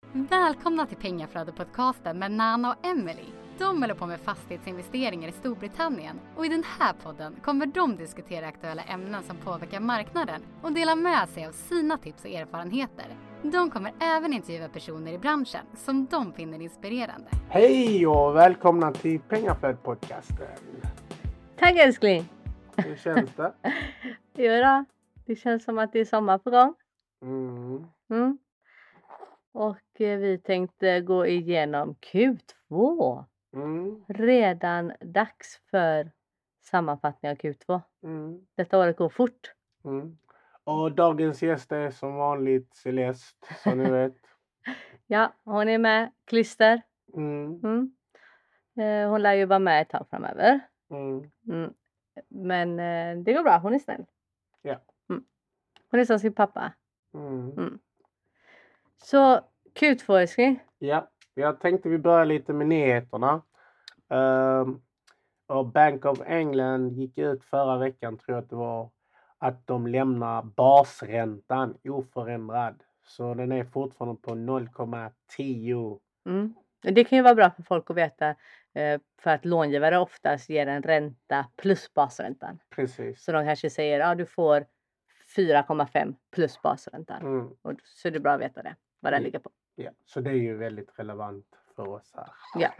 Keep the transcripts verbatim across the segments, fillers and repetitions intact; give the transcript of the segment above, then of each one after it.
Välkomna till Pengaflödet-podcasten med Nana och Emily. De håller på med fastighetsinvesteringar i Storbritannien och i den här podden kommer de diskutera aktuella ämnen som påverkar marknaden och dela med sig av sina tips och erfarenheter. De kommer även intervjua personer i branschen som de finner inspirerande. Hej och välkomna till Pengaflödet-podcasten. Tack älskling. Hur känns det? Jo då, det känns som att det är sommar på gång. Mm. Mm. Och eh, vi tänkte gå igenom Q två. Mm. Redan dags för sammanfattning av Q två. Mm. Detta året går fort. Mm. Och dagens gäst är som vanligt Celeste, som ni vet. Ja, hon är med. Klister. Mm. Mm. Eh, hon lär ju vara med ett tag framöver. Mm. Mm. Men eh, det går bra, hon är snäll. Ja. Mm. Hon är som sin pappa. Mm. Mm. Så Q två älskling. Ja, jag tänkte vi börjar lite med nyheterna. Um, och Bank of England gick ut förra veckan, tror jag att det var, att de lämnar basräntan oförändrad. Så den är fortfarande på noll komma tio. Mm. Det kan ju vara bra för folk att veta eh, för att långivare oftast ger en ränta plus basräntan. Precis. Så de kanske säger att ah, du får fyra komma fem plus basräntan. Mm. Och så är det bra att veta det, vad den Mm. ligger på. Ja, så det är ju väldigt relevant för oss här. Ja.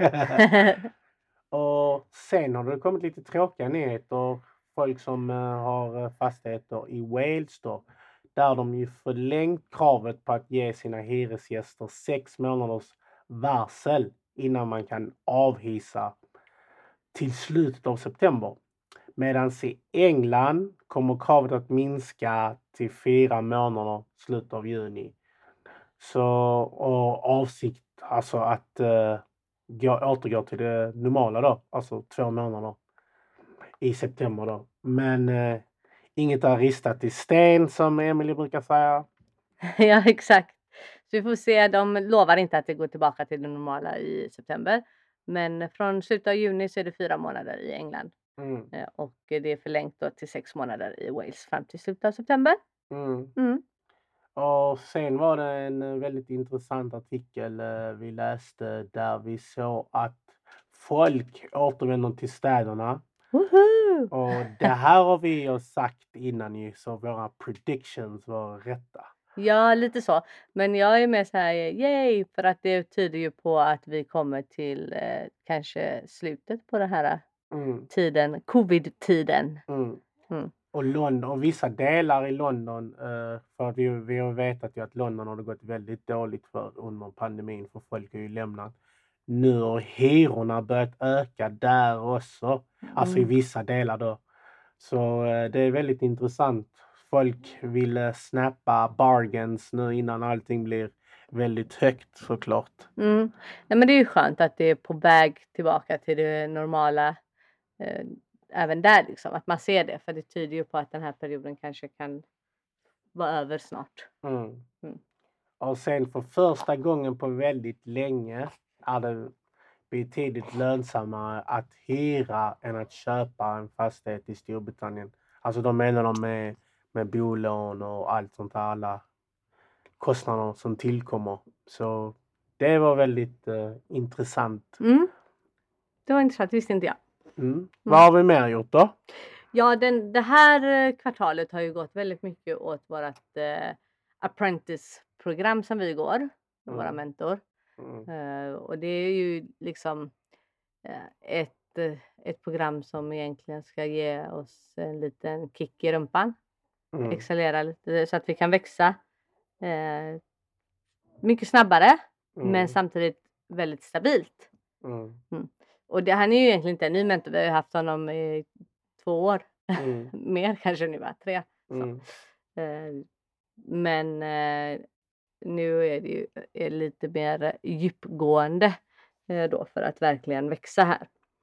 Och sen har det kommit lite tråkiga nyheter. Folk som uh, har fastigheter i Wales då. Där de ju förlängt kravet på att ge sina hyresgäster sex månaders varsel innan man kan avhysa till slutet av september. Medan i England kommer kravet att minska till fyra månader slutet av juni. Så och avsikt alltså att uh, gå, återgå till det normala då, alltså två månader i september då. Men uh, inget är ristat i sten som Emily brukar säga. Ja, exakt. Så vi får se, de lovar inte att det går tillbaka till det normala i september. Men från slutet av juni så är det fyra månader i England. Mm. Och det är förlängt då till sex månader i Wales fram till slutet av september. Mm. Mm. Och sen var det en väldigt intressant artikel vi läste där vi såg att folk återvänder till städerna. Woohoo! Och det här har vi ju sagt innan ju, så våra predictions var rätta. Ja, lite så. Men jag är med så här, yay, för att det tyder ju på att vi kommer till eh, kanske slutet på den här Mm. tiden, covid-tiden. Mm. Mm. Och London, och vissa delar i London, uh, för vi, vi har vetat ju att London har det gått väldigt dåligt för under pandemin, för folk har ju lämnat. Nu har hyrorna börjat öka där också, mm. alltså i vissa delar då. Så uh, det är väldigt intressant. Folk vill uh, snappa bargains nu innan allting blir väldigt högt såklart. Mm. Nej, men det är ju skönt att det är på väg tillbaka till det normala. Uh, även där liksom, att man ser det, för det tyder ju på att den här perioden kanske kan vara över snart. Mm. Mm. Och sen för första gången på väldigt länge är det betydligt lönsammare att hyra än att köpa en fastighet i Storbritannien. Alltså de menar de med, med bolån och allt sånt här, alla kostnader som tillkommer. Så det var väldigt uh, intressant. Mm. Det var intressant, visste inte jag. Mm. Mm. Vad har vi mer gjort då? Ja, den, det här kvartalet har ju gått väldigt mycket åt vårt eh, apprentice-program som vi går med mm. våra mentor. Mm. Uh, och det är ju liksom uh, ett, uh, ett program som egentligen ska ge oss en liten kick i rumpan. Mm. Accelerera lite så att vi kan växa uh, mycket snabbare mm. men samtidigt väldigt stabilt. Mm. Mm. Och det, han är ju egentligen inte en ny mentor, vi har ju haft honom i två år. Mm. Mer kanske nu, va? Tre. Mm. Uh, men uh, nu är det ju är lite mer djupgående uh, då för att verkligen växa här.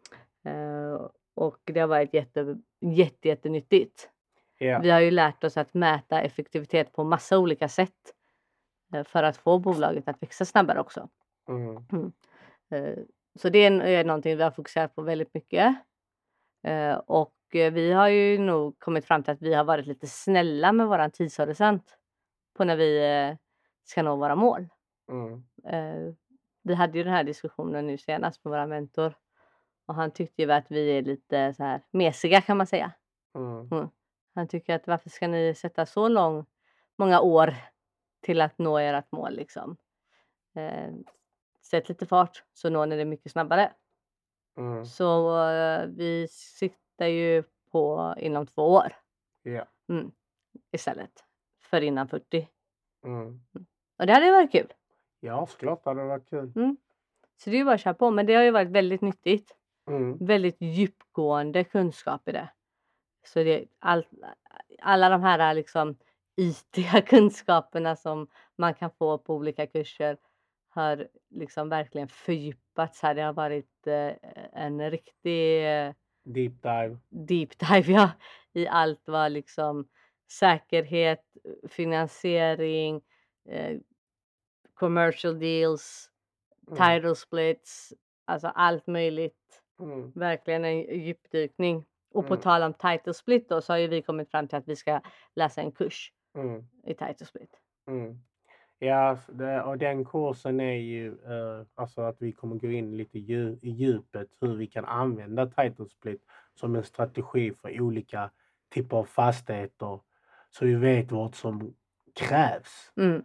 Uh, och det har varit jätte, jätte, jättenyttigt. Yeah. Vi har ju lärt oss att mäta effektivitet på massa olika sätt uh, för att få bolaget att växa snabbare också. Mm. Mm. Uh, så det är, är någonting vi har fokuserat på väldigt mycket. Uh, och vi har ju nog kommit fram till att vi har varit lite snälla med våran tidshorisont på när vi ska nå våra mål. Mm. Eh, vi hade ju den här diskussionen nu senast med våra mentor. Och han tyckte ju att vi är lite så här mesiga kan man säga. Mm. Mm. Han tycker att varför ska ni sätta så lång, många år till att nå ert mål liksom. Eh, sätt lite fart så når ni det mycket snabbare. Mm. Så eh, vi siktar ju på inom två år Ja. mm, istället för innan fyrtio. Mm. Och det hade ju varit kul. Ja, såklart hade det varit kul. Mm. Så det är ju bara att köra på. Men det har ju varit väldigt nyttigt. Mm. Väldigt djupgående kunskap i det. Så det all, alla de här liksom ytliga kunskaperna som man kan få på olika kurser har liksom verkligen fördjupats här. Det har varit eh, en riktig eh, Deep dive. deep dive ja, i allt vad liksom säkerhet, finansiering, eh, commercial deals, Mm. title splits, alltså allt möjligt. Mm. Verkligen en djupdykning. Och på Mm. tal om title split då så har ju vi kommit fram till att vi ska läsa en kurs Mm. i title split. Mm. Ja, det, och den kursen är ju eh, alltså att vi kommer gå in lite dju, i djupet hur vi kan använda title split som en strategi för olika typer av fastigheter. Så vi vet vad som krävs. Mm.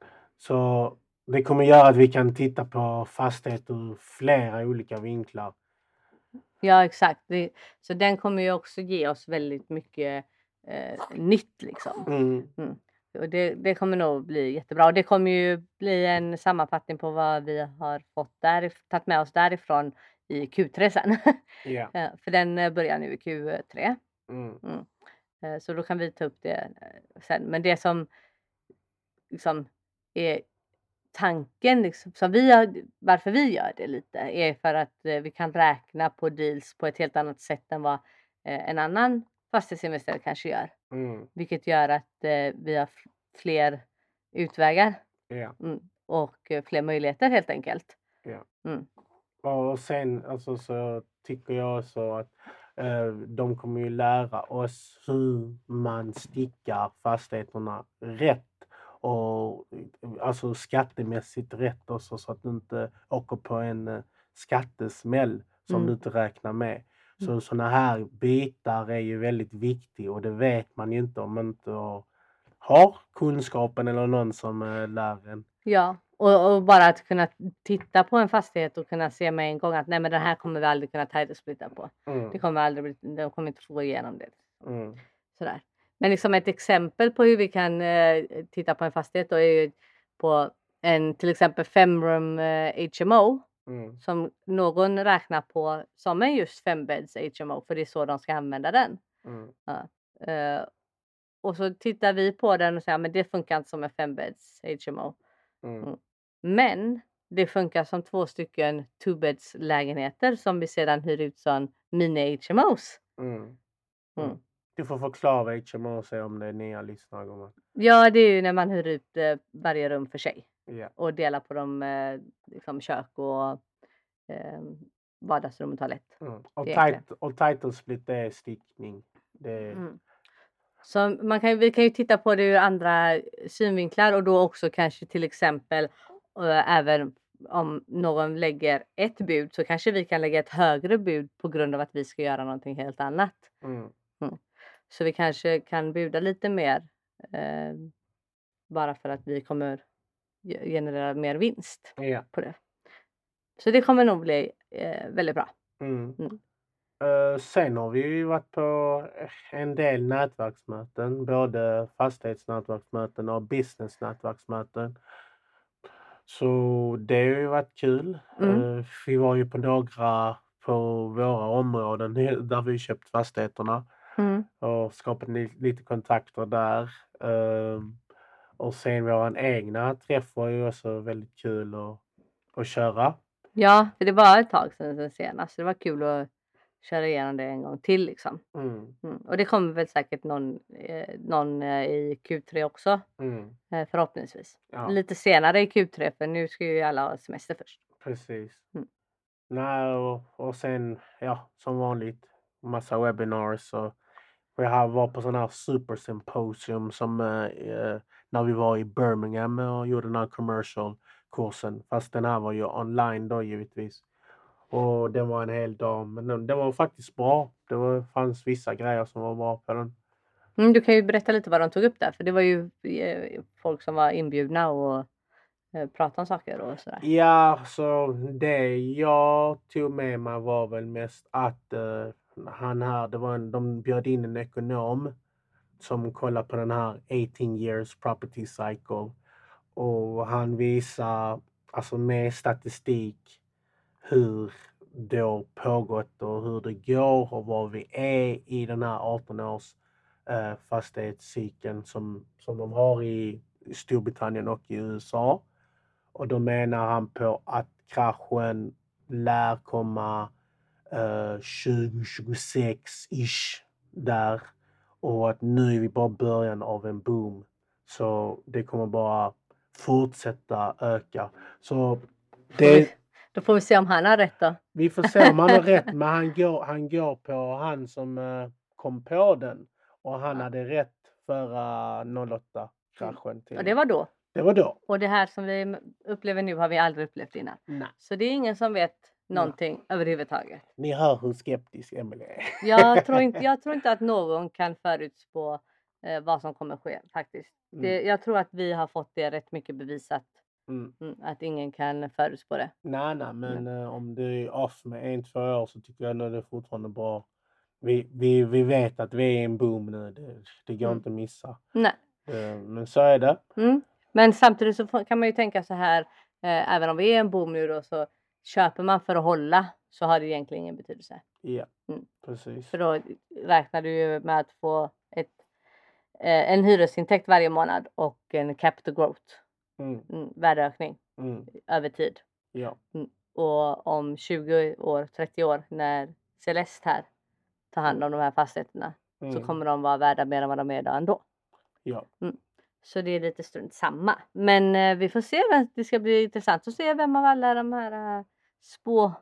Så det kommer göra att vi kan titta på fastigheter ur flera olika vinklar. Ja exakt. Det, så den kommer ju också ge oss väldigt mycket eh, nytt liksom. Mm. Mm. Och det, det kommer nog bli jättebra. Och det kommer ju bli en sammanfattning på vad vi har fått där, tagit med oss därifrån i Q tre sen. Ja. Ja, för den eh, börjar nu i Q tre. Mm. Mm. Eh, Så då kan vi ta upp det eh, sen. Men det som liksom är tanken, liksom, som vi har, varför vi gör det lite, är för att eh, vi kan räkna på deals på ett helt annat sätt än vad eh, en annan fastighetsinvesterare kanske gör. Mm. Vilket gör att eh, vi har f- fler utvägar Ja. mm, och eh, fler möjligheter helt enkelt. Ja. Mm. Och sen alltså, så tycker jag så att eh, de kommer ju lära oss hur man stickar fastigheterna rätt. Och alltså skattemässigt rätt också så att du inte åker på en eh, skattesmäll som Mm. du inte räknar med. Så sådana här bitar är ju väldigt viktiga och det vet man ju inte om man inte har, har kunskapen eller någon som eh, lär en. Ja, och, och bara att kunna titta på en fastighet och kunna se med en gång att nej men den här kommer vi aldrig kunna title splitta på. Mm. Det kommer aldrig bli, de kommer inte få igenom det. Mm. Sådär. Men liksom ett exempel på hur vi kan eh, titta på en fastighet då är ju på en till exempel femrum eh, H M O Mm. som någon räknar på som en just fembädds H M O för det är så de ska använda den. Mm. Ja. Eh, och så tittar vi på den och säger men det funkar inte som en fembädds H M O. Mm. Mm. Men det funkar som två stycken two-beds lägenheter som vi sedan hyr ut som mini H M Os. Mm. Mm. Mm. Du får förklara vad H M O är om det är nya lyssnare. Gumman. Ja, det är ju när man hyr ut eh, varje rum för sig Ja. och delar på dem eh, liksom kök och eh, vardagsrum och toalett. Mm. Och, Det är egentligen. tit- och title split det är stickning. Det är, Mm. Så man kan, vi kan ju titta på det ur andra synvinklar och då också kanske till exempel eh, även om någon lägger ett bud så kanske vi kan lägga ett högre bud på grund av att vi ska göra någonting helt annat. mm. Så vi kanske kan buda lite mer eh, bara för att vi kommer ge- generera mer vinst Ja. på det. Så det kommer nog bli eh, väldigt bra. Mm. Mm. Eh, sen har vi ju varit på en del nätverksmöten, både fastighetsnätverksmöten och business-nätverksmöten. Så det har ju varit kul. Mm. Eh, vi var ju på några på våra områden där vi köpt fastigheterna Mm. och skapat li- lite kontakter där. Eh, och sen våran egna träff var ju också väldigt kul att, att köra. Ja, för det var ett tag sedan sen senast. Så det var kul att köra igenom det en gång till liksom. Mm. Mm. Och det kommer väl säkert någon, eh, någon eh, i Q tre också Mm. eh, förhoppningsvis. Ja. Lite senare i Q tre för nu ska ju alla ha semester först. Precis. Mm. Nej, och, och sen, ja, som vanligt, massa webinars och vi har varit på sådana här supersymposium som eh, eh, när vi var i Birmingham och gjorde den här commercial kursen. Fast den här var ju online då givetvis. Och den var en hel dag. Men den, den var faktiskt bra. Det var, fanns vissa grejer som var bra på den. Mm, du kan ju berätta lite vad de tog upp där. För det var ju eh, folk som var inbjudna och eh, pratade om saker och sådär. Ja, så det jag tog med mig var väl mest att uh, han här, det var en, de bjöd in en ekonom som kollar på den här eighteen years property cycle. Och han visar alltså med statistik hur det har pågått och hur det går och var vi är i den här arton års eh, fastighetscykeln som, som de har i Storbritannien och i U S A. Och då menar han på att kraschen lär komma eh, tjugo tjugosex-ish där. Och att nu är vi bara början av en boom. Så det kommer bara fortsätta öka. Så det, då får vi se om han har rätt då. Vi får se om han har rätt. Men han går, han går på han som uh, kom på den. Och han ja. hade rätt förra noll åtta-kraschen. Till. Och det var då? Det var då. Och det här som vi upplever nu har vi aldrig upplevt innan. Nej. Så det är ingen som vet någonting Nej. överhuvudtaget. Ni hör hur skeptisk Emelie är. jag, tror inte, jag tror inte att någon kan förutspå eh, vad som kommer ske faktiskt. Mm. Det, jag tror att vi har fått det rätt mycket bevisat. Mm. Mm, att ingen kan förutspå det. Nej, nej, men mm. eh, om du är off med en, två år så tycker jag att det är fortfarande bra. Vi, vi, vi vet att vi är i en boom nu. Det, det går mm. inte att missa. Nej. Eh, men så är det. Mm. Men samtidigt så kan man ju tänka så här. Eh, även om vi är en boom nu då, så köper man för att hålla så har det egentligen ingen betydelse. Ja, mm. precis. För då räknar du ju med att få ett, eh, en hyresintäkt varje månad och en capital growth. Mm. Mm, värdeökning mm. över tid. Ja. Mm. Och om tjugo år, trettio år när Celeste här tar hand om de här fastigheterna mm. så kommer de vara värda mer än vad de är idag ändå. Ja. Mm. Så det är lite strunt samma. Men eh, vi får se. Det ska bli intressant att se vem av alla de här äh, spå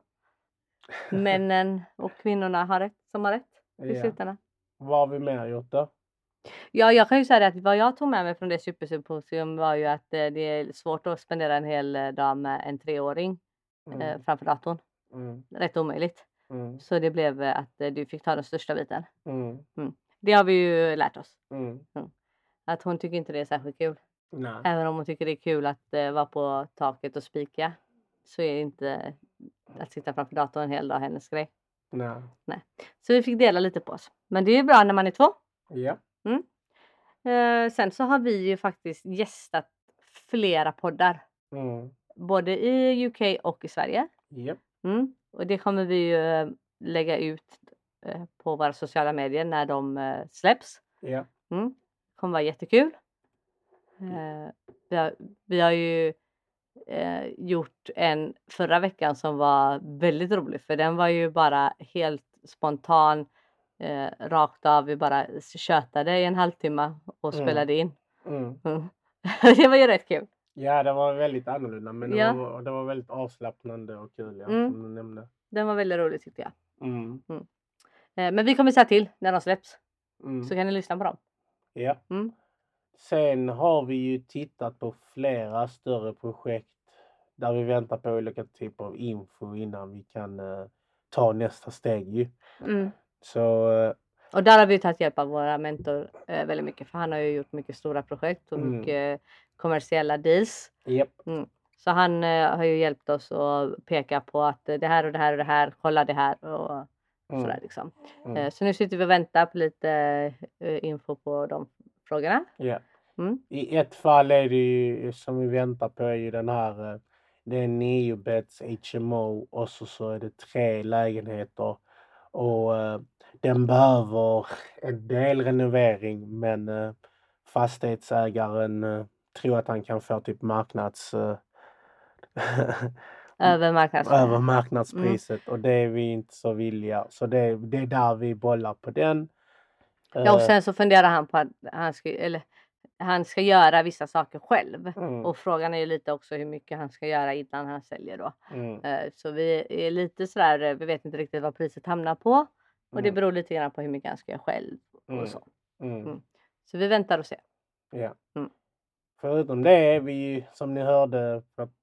männen och kvinnorna har rätt, som har rätt i ja. slutändan. Vad har vi mer gjort då? Ja, jag kan ju säga att vad jag tog med mig från det supersymposium var ju att eh, det är svårt att spendera en hel dag med en treåring mm. eh, framför datorn. Mm. Rätt omöjligt. Mm. Så det blev att eh, du fick ta den största biten. Mm. Mm. Det har vi ju lärt oss. Mm. Mm. Att hon tycker inte det är särskilt kul. Nej. Även om hon tycker det är kul att eh, vara på taket och spika. Så är det inte att sitta framför datorn en hel dag hennes grej. Nej. Nej. Så vi fick dela lite på oss. Men det är bra när man är två. Ja. Mm. Eh, sen så har vi ju faktiskt gästat flera poddar. Mm. Både i U K och i Sverige. Yep. Mm. Och det kommer vi ju eh, lägga ut eh, på våra sociala medier när de eh, släpps. Yeah. Mm. Det kommer vara jättekul. Eh, vi, har, vi har ju eh, gjort en förra veckan som var väldigt rolig. För den var ju bara helt spontan. Eh, rakt av, vi bara tjötade i en halvtimme och mm. spelade in. Mm. Mm. Det var ju rätt kul. Ja, det var väldigt annorlunda, men ja. det, var, det var väldigt avslappnande och kul, ja, mm. som du nämnde. Den var väldigt rolig tyckte jag. Mm. Mm. Eh, men vi kommer säga till när de släpps. Mm. Så kan ni lyssna på dem. Ja. Mm. Sen har vi ju tittat på flera större projekt där vi väntar på olika typer av info innan vi kan uh, ta nästa steg ju. Mm. Så, uh, och där har vi tagit hjälp av våra mentor uh, väldigt mycket. För han har ju gjort mycket stora projekt och mm. mycket kommersiella deals. Yep. Mm. Så han uh, har ju hjälpt oss att peka på att uh, det här och det här och det här, kolla det här och mm. sådär liksom. Mm. Uh, så nu sitter vi och väntar på lite uh, info på de frågorna. Yeah. Mm. I ett fall är det ju, som vi väntar på är ju den här, uh, det är nio beds H M O och så, så är det tre lägenheter. Och uh, den behöver en del renovering, men uh, fastighetsägaren uh, tror att han kan få typ marknads... Uh, över, marknadspriset. över marknadspriset. Mm. Och det är vi inte så villiga. Så det, det är där vi bollar på den. Ja, och sen så funderar han på att han ska, eller, han ska göra vissa saker själv. Mm. Och frågan är ju lite också hur mycket han ska göra innan han säljer då. Mm. Uh, så vi är lite sådär, vi vet inte riktigt vad priset hamnar på. Och mm. det beror lite grann på hur mycket han ska göra själv. Och så. Mm. Mm. Så vi väntar och ser. Ja. Mm. Förutom det är vi, som ni hörde för att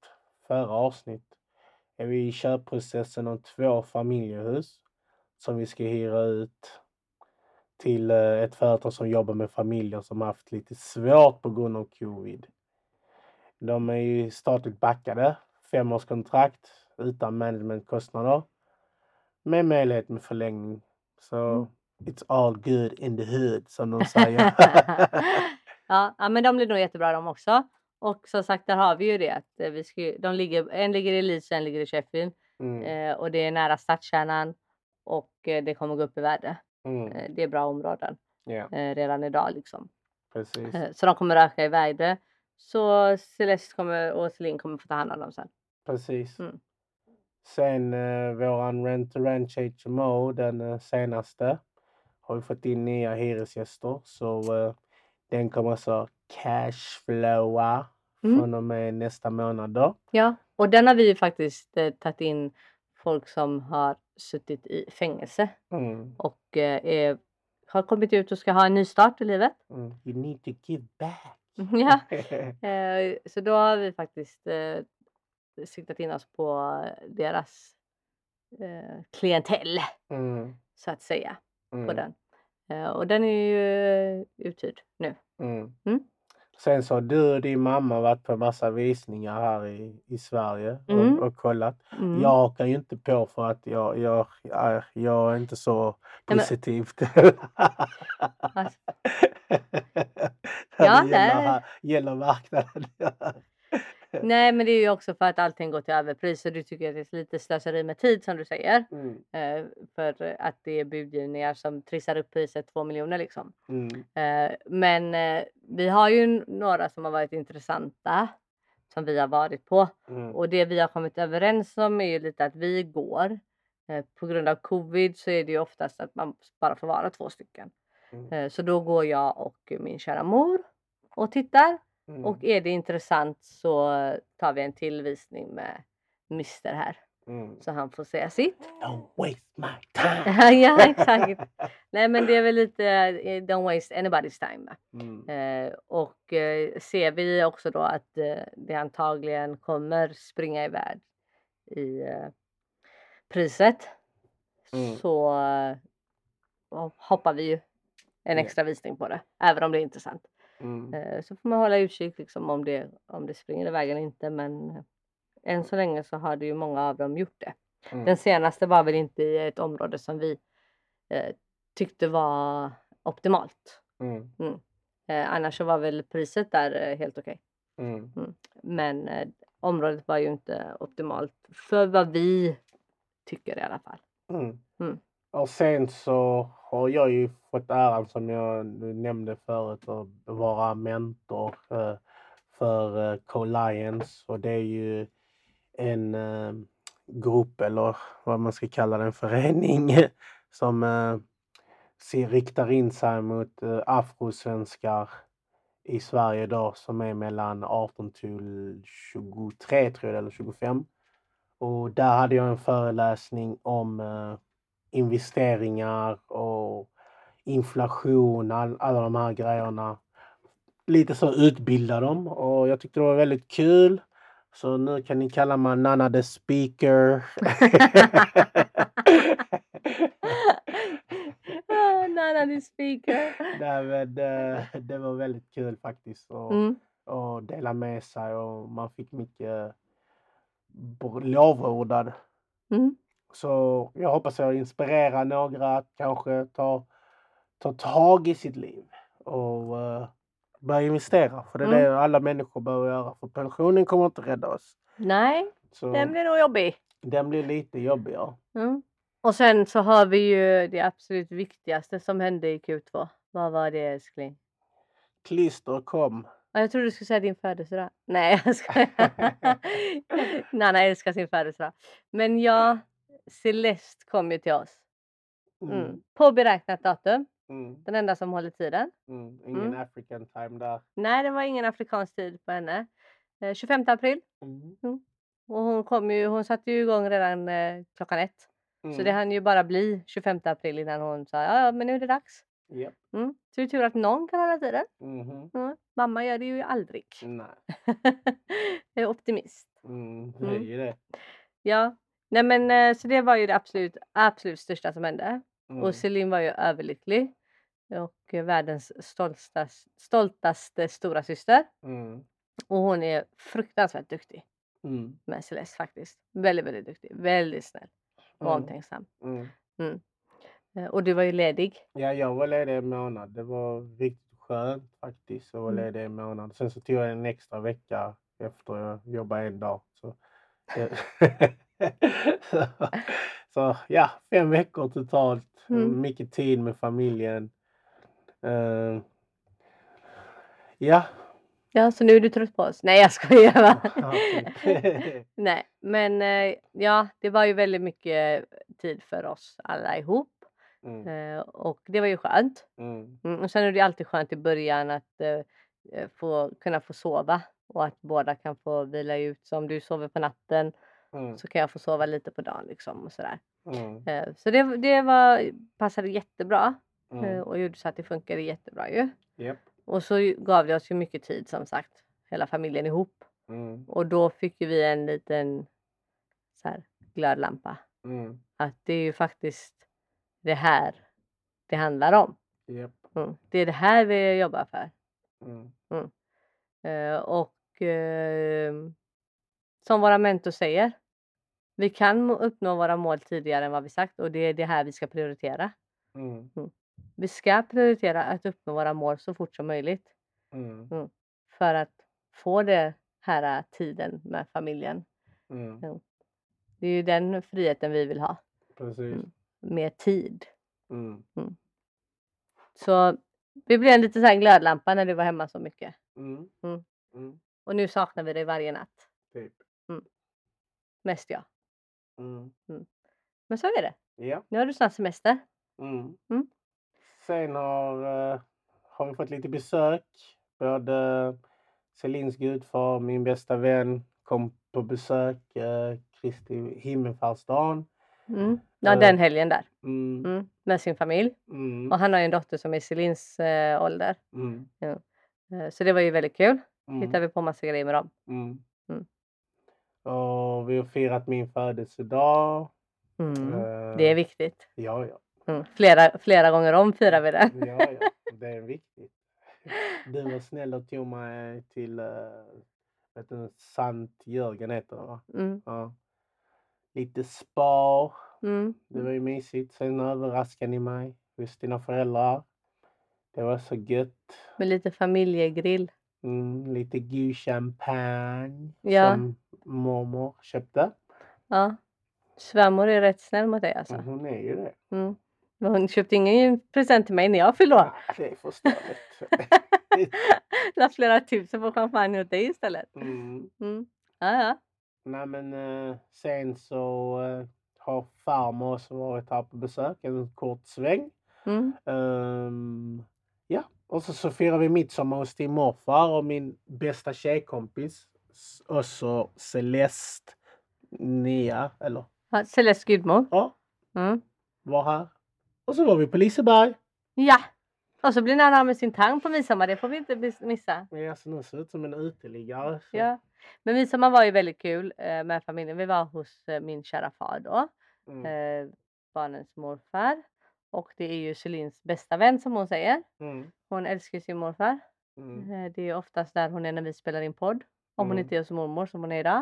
förra avsnitt är vi i köpprocessen om två familjehus som vi ska hyra ut till ett företag som jobbar med familjer som haft lite svårt på grund av covid. De är ju statligt backade, femårskontrakt utan managementkostnader med möjlighet med förlängning. Så mm. it's all good in the hood som de säger. ja, ja, men de blir nog jättebra de också. Och som sagt, där har vi ju det. Att vi ska, de ligger, en ligger i Leeds, en ligger i Sheffield. Mm. Eh, och det är nära stadskärnan. Och eh, det kommer gå upp i värde. Mm. Eh, det är bra områden. Yeah. Eh, redan idag liksom. Precis. Eh, så de kommer öka i värde. Så Celeste kommer, och Celine kommer få ta hand om dem sen. Precis. Mm. Sen eh, våran Rent to Ranch H M O, den eh, senaste, har vi fått in nya hyresgäster. Så eh, den kommer så cashflowa mm. från och med nästa månad då. Ja, och den har vi ju faktiskt eh, tagit in folk som har suttit i fängelse. Mm. Och eh, är, har kommit ut och ska ha en ny start i livet. Mm. You need to give back. ja, eh, så då har vi faktiskt eh, siktat in oss på deras eh, klientell. Mm. Så att säga. Mm. På den. Eh, och den är ju uthyrd nu. Mm. Mm. Sen så har du och din mamma varit på en massa visningar här i, i Sverige mm. och, och kollat. Mm. Jag kan ju inte på för att jag, jag, jag, jag är inte så positivt. Alltså. ja, det gäller, gäller marknaden. Nej, men det är ju också för att allting går till överpris. Så du tycker att det är lite slöseri med tid som du säger. Mm. Eh, för att det är budgivningar som trissar upp priset två miljoner liksom. Mm. Eh, men eh, vi har ju några som har varit intressanta. Som vi har varit på. Mm. Och det vi har kommit överens om är ju lite att vi går. Eh, på grund av covid så är det ju oftast att man bara får vara två stycken. Mm. Eh, så då går jag och min kära mor och tittar. Mm. Och är det intressant så tar vi en tillvisning med mister här. Mm. Så han får säga sitt. Don't waste my time. ja, exakt. Nej, men det är väl lite don't waste anybody's time. Mm. Eh, och eh, ser vi också då att eh, det antagligen kommer springa iväg i eh, priset. Mm. Så eh, hoppar vi ju en extra visning på det. Även om det är intressant. Mm. Så får man hålla utkik liksom om det, om det springer iväg eller inte. Men än så länge så har det ju många av dem gjort det. Mm. Den senaste var väl inte i ett område som vi eh, tyckte var optimalt. Mm. Mm. Eh, annars så var väl priset där eh, helt okej. Okay. Mm. Mm. Men eh, området var ju inte optimalt för vad vi tycker i alla fall. Mm. Mm. Och sen så har jag ju fått äran som jag nämnde förut att vara mentor eh, för eh, Co-Lions. Och det är ju en eh, grupp eller vad man ska kalla den, förening som eh, ser, riktar in sig mot eh, afrosvenskar i Sverige då som är mellan arton till tjugotre tror jag eller tjugofem. Och där hade jag en föreläsning om eh, investeringar och inflation, all, alla de här grejerna. Lite så utbilda dem och jag tyckte det var väldigt kul. Så nu kan ni kalla mig Nana the speaker. Nana the speaker. Nej, men det, det var väldigt kul faktiskt att mm. och dela med sig och man fick mycket lovordad. Mm. Så jag hoppas jag inspirerar några att kanske ta, ta tag i sitt liv och uh, börja investera. För det är mm. det alla människor behöver göra. För pensionen kommer inte rädda oss. Nej, så den blir nog jobbig. Den blir lite jobbig, ja. Mm. Och sen så har vi ju det absolut viktigaste som hände i Q två. Vad var det, älskling? Klister kom. Ja, jag trodde du skulle säga din födelsedag. Nej, jag ska. Nanna älskar sin födelsedag. Men ja, Celeste kom ju till oss. Mm. Mm. På beräknat datum. Mm. Den enda som håller tiden. Mm. Ingen mm. African time där. Nej, det var ingen afrikansk tid på henne. Eh, tjugofemte april. Mm. Mm. Och hon kom ju, hon satte ju igång redan eh, klockan ett. Mm. Så det hann ju bara bli tjugofemte april innan hon sa ja, men nu är det dags. Yep. Mm. Så det är tur att någon kan hålla tiden. Mm-hmm. Mm. Mamma gör det ju aldrig. Nej. Jag är optimist. Mm, det är Mm. ju det. Ja, nej men eh, så det var ju det absolut, absolut största som hände. Mm. Och Celine var ju överlycklig. Och eh, världens stoltaste, stoltaste stora syster. Mm. Och hon är fruktansvärt duktig Mm. med Celeste faktiskt. Väldigt, väldigt duktig. Väldigt snäll och Mm. omtänksam. Mm. Mm. Eh, Och du var ju ledig. Ja, jag var ledig en månad. Det var riktigt skönt faktiskt att vara Mm. ledig en månad. Sen så tog jag en extra vecka efter jag jobbade en dag. Så, så, så ja, fem veckor totalt. Mm. Mycket tid med familjen. Uh, ja. Ja, så nu är du trött på oss. Nej, jag skojar va? Ja, typ. Nej, men eh, ja, det var ju väldigt mycket tid för oss alla ihop. Mm. Eh, och det var ju skönt. Mm. Mm, och sen är det alltid skönt i början att eh, eh, få, kunna få sova. Och att båda kan få vila ut. Så om du sover på natten Mm. så kan jag få sova lite på dagen liksom och sådär. Mm. Eh, så det, det var, passade jättebra. Mm. Eh, och gjorde så att det funkade jättebra ju. Japp. Och så gav det oss ju mycket tid som sagt. Hela familjen ihop. Mm. Och då fick ju vi en liten så här, glödlampa. Mm. Att det är ju faktiskt det här det handlar om. Japp. Mm. Det är det här vi jobbar för. Mm. Mm. Eh, och eh, som våra mentor säger. Vi kan uppnå våra mål tidigare än vad vi sagt. Och det är det här vi ska prioritera. Mm. Mm. Vi ska prioritera att uppnå våra mål så fort som möjligt. Mm. Mm. För att få det här tiden med familjen. Mm. Mm. Det är ju den friheten vi vill ha. Precis. Mm. Mer tid. Mm. Mm. Så vi blev en lite så här glödlampa när du var hemma så mycket. Mm. Mm. Mm. Och nu saknar vi dig varje natt. Typ. Mest jag. Mm. Men så är det. Ja. Nu har du snart semester. Mm. Mm. Sen har, uh, har vi fått lite besök. Både Celines gudfar, min bästa vän, kom på besök. Uh, Kristi himmelfärdsdagen. Mm. Ja, Eh. den helgen där. Mm. Mm. Med sin familj. Mm. Och han har ju en dotter som är Celines eh, ålder. Mm. Eh, så det var ju väldigt kul. Mm. Hittade vi på massa grejer med dem. Mm. Mm. Och vi har firat min födelsedag. Mm. Uh, Det är viktigt. Ja, ja. Mm. Flera, flera gånger om firar vi det. Ja, ja. Det är viktigt. Du var snäll och tog mig till uh, vet du, Sant Jörgen heter det va? Mm. Ja. Lite spa. Mm. Det var ju mysigt. Sen överraskade ni mig hos dina föräldrar. Det var så gött. Med lite familjegrill. Mm, lite god champagne Ja. som mormor köpte. Ja. Svärmor är rätt snäll mot dig alltså. Mm, hon är ju det. Mm. Men hon köpte ingen present till mig när jag fyllde år. Ja, det är förståeligt. La flera tusen på champagne åt dig istället. mm. Mm. Ja, ja. Nej men uh, sen så uh, har farmor också varit här på besök. En kort sväng. Mm. Um, ja. Och så, så firar vi midsommar hos din morfar och min bästa tjejkompis. Och så Celeste Nia, eller? Ja, Celeste gudmor. Ja, Mm. var här. Och så var vi på Liseberg. Ja. Och så blir han av med sin tang på midsommar. Det får vi inte bis- missa. Ja, så nu ser ut som en uteliggare. Så. Ja. Men midsommar var ju väldigt kul eh, med familjen. Vi var hos eh, min kära far då. Mm. Eh, barnens morfar. Och det är ju Celines bästa vän som hon säger. Mm. Hon älskar sin morfar. Mm. Eh, det är oftast där hon är när vi spelar in podd. Om hon Mm. inte är hos mormor som hon är idag.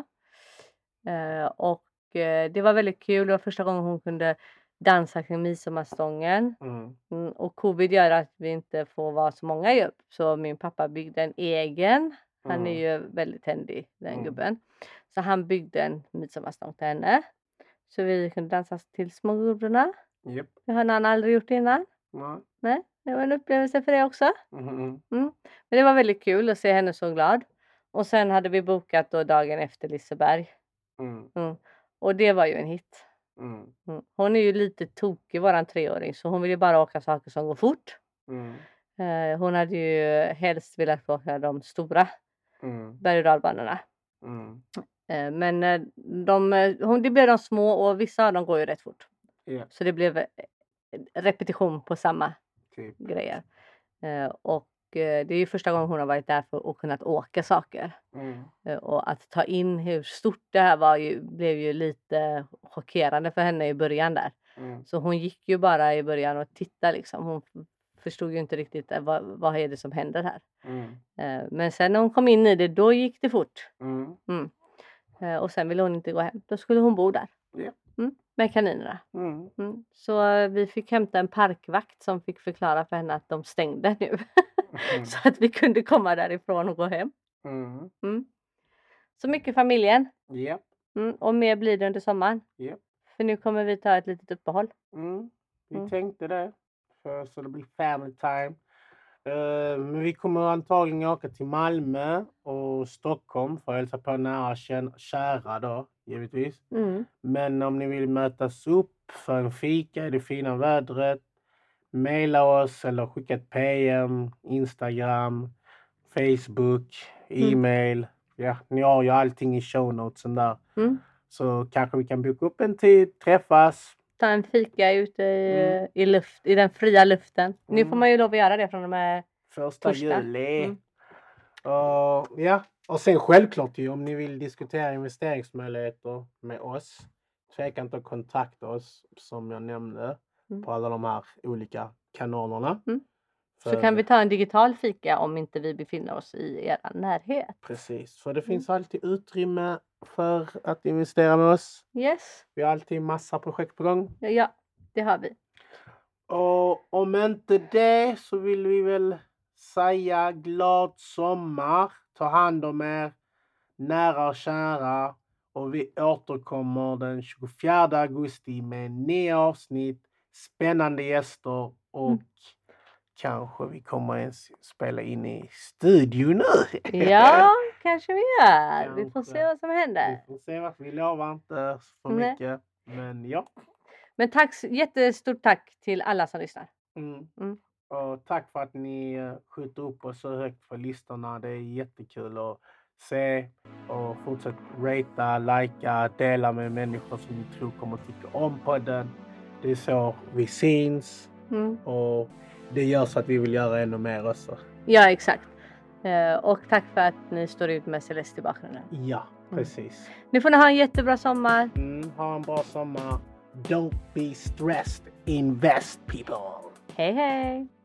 Eh, och eh, det var väldigt kul. Det var första gången hon kunde dansa kring midsommarstången. Mm. Mm, och covid gör att vi inte får vara så många ju. Så min pappa byggde en egen. Han är ju väldigt händig den Mm. gubben. Så han byggde en midsommarstång till henne. Så vi kunde dansa till smågubbarna. Japp. Det har han aldrig gjort innan. Nej. Nej, det var en upplevelse för det också. Mm. Mm. Men det var väldigt kul att se henne så glad. Och sen hade vi bokat då dagen efter Liseberg. Mm. Mm. Och det var ju en hit. Mm. Mm. Hon är ju lite tokig, våran treåring. Så hon vill ju bara åka saker som går fort. Mm. Eh, hon hade ju helst velat åka de stora Mm. berg- och dalbanorna. Mm. Eh, men eh, de, eh, hon, det blev de små och vissa av dem går ju rätt fort. Ja, Så det blev eh, repetition på samma typ. grejer. Eh, och eh, det är ju första gången hon har varit där för att kunna åka saker. Mm. Eh, och att ta in hur stort det här var ju, blev ju lite chockerande för henne i början där. Mm. Så hon gick ju bara i början och tittade liksom. Hon förstod ju inte riktigt eh, vad, vad är det som händer här. Mm. Eh, men sen när hon kom in i det, då gick det fort. Mm. Mm. Eh, och sen ville hon inte gå hem. Då skulle hon bo där. Ja. Mm. Med kaninerna. Mm. Mm. Så eh, vi fick hämta en parkvakt som fick förklara för henne att de stängde nu. Mm. Så att vi kunde komma därifrån och gå hem. Mm. Mm. Så mycket familjen. Ja. Mm. Och mer blir det under sommaren. Ja. För nu kommer vi ta ett litet uppehåll. Mm. Vi Mm. tänkte det. För, så det blir family time. Uh, men vi kommer antagligen åka till Malmö och Stockholm för att hälsa på nära kän- kära då, givetvis. Mm. Men om ni vill mötas upp för en fika i det fina vädret, mejla oss eller skicka ett P M, Instagram, Facebook, Mm. e-mail. Ja, ni har ju allting i show notesen där. Mm. Så kanske vi kan boka upp en tid, träffas. Ta en fika ute i, Mm. i, luft, i den fria luften. Nu Mm. får man ju lov att göra det från och med Första torsdag. juli. Mm. Och, ja. Och sen självklart ju om ni vill diskutera investeringsmöjligheter med oss. Tveka inte att kontakta oss som jag nämnde Mm. på alla de här olika kanalerna. Mm. För, Så kan vi ta en digital fika om inte vi befinner oss i er närhet. Precis, för det Mm. finns alltid utrymme för att investera med oss. Yes, Vi har alltid massa projekt på gång. ja, ja det har vi. Och om inte det så vill vi väl säga glad sommar. Ta hand om er, nära och kära. Och vi återkommer den tjugofjärde augusti med nya avsnitt, spännande gäster och Mm. kanske vi kommer ens spela in i studio nu. Ja, kanske vi gör. Vi får Kanske. se vad som händer. Vi får se vad vi lovar inte för Nej. mycket. Men ja. Men tack, jättestort tack till alla som lyssnar. Mm. Mm. Och tack för att ni eh, skjuter upp oss så högt för listorna. Det är jättekul att se. Och fortsätt ratea, likea, dela med människor som ni tror kommer tycka om podden. Det är så vi syns. Mm. Och det gör så att vi vill göra ännu mer också. Ja, exakt. Eh, och tack för att ni står ut med Celeste i bakgrunden. Ja, precis. Nu får ni ha en jättebra sommar. Mm, ha en bra sommar. Don't be stressed. Invest people. Hej hej!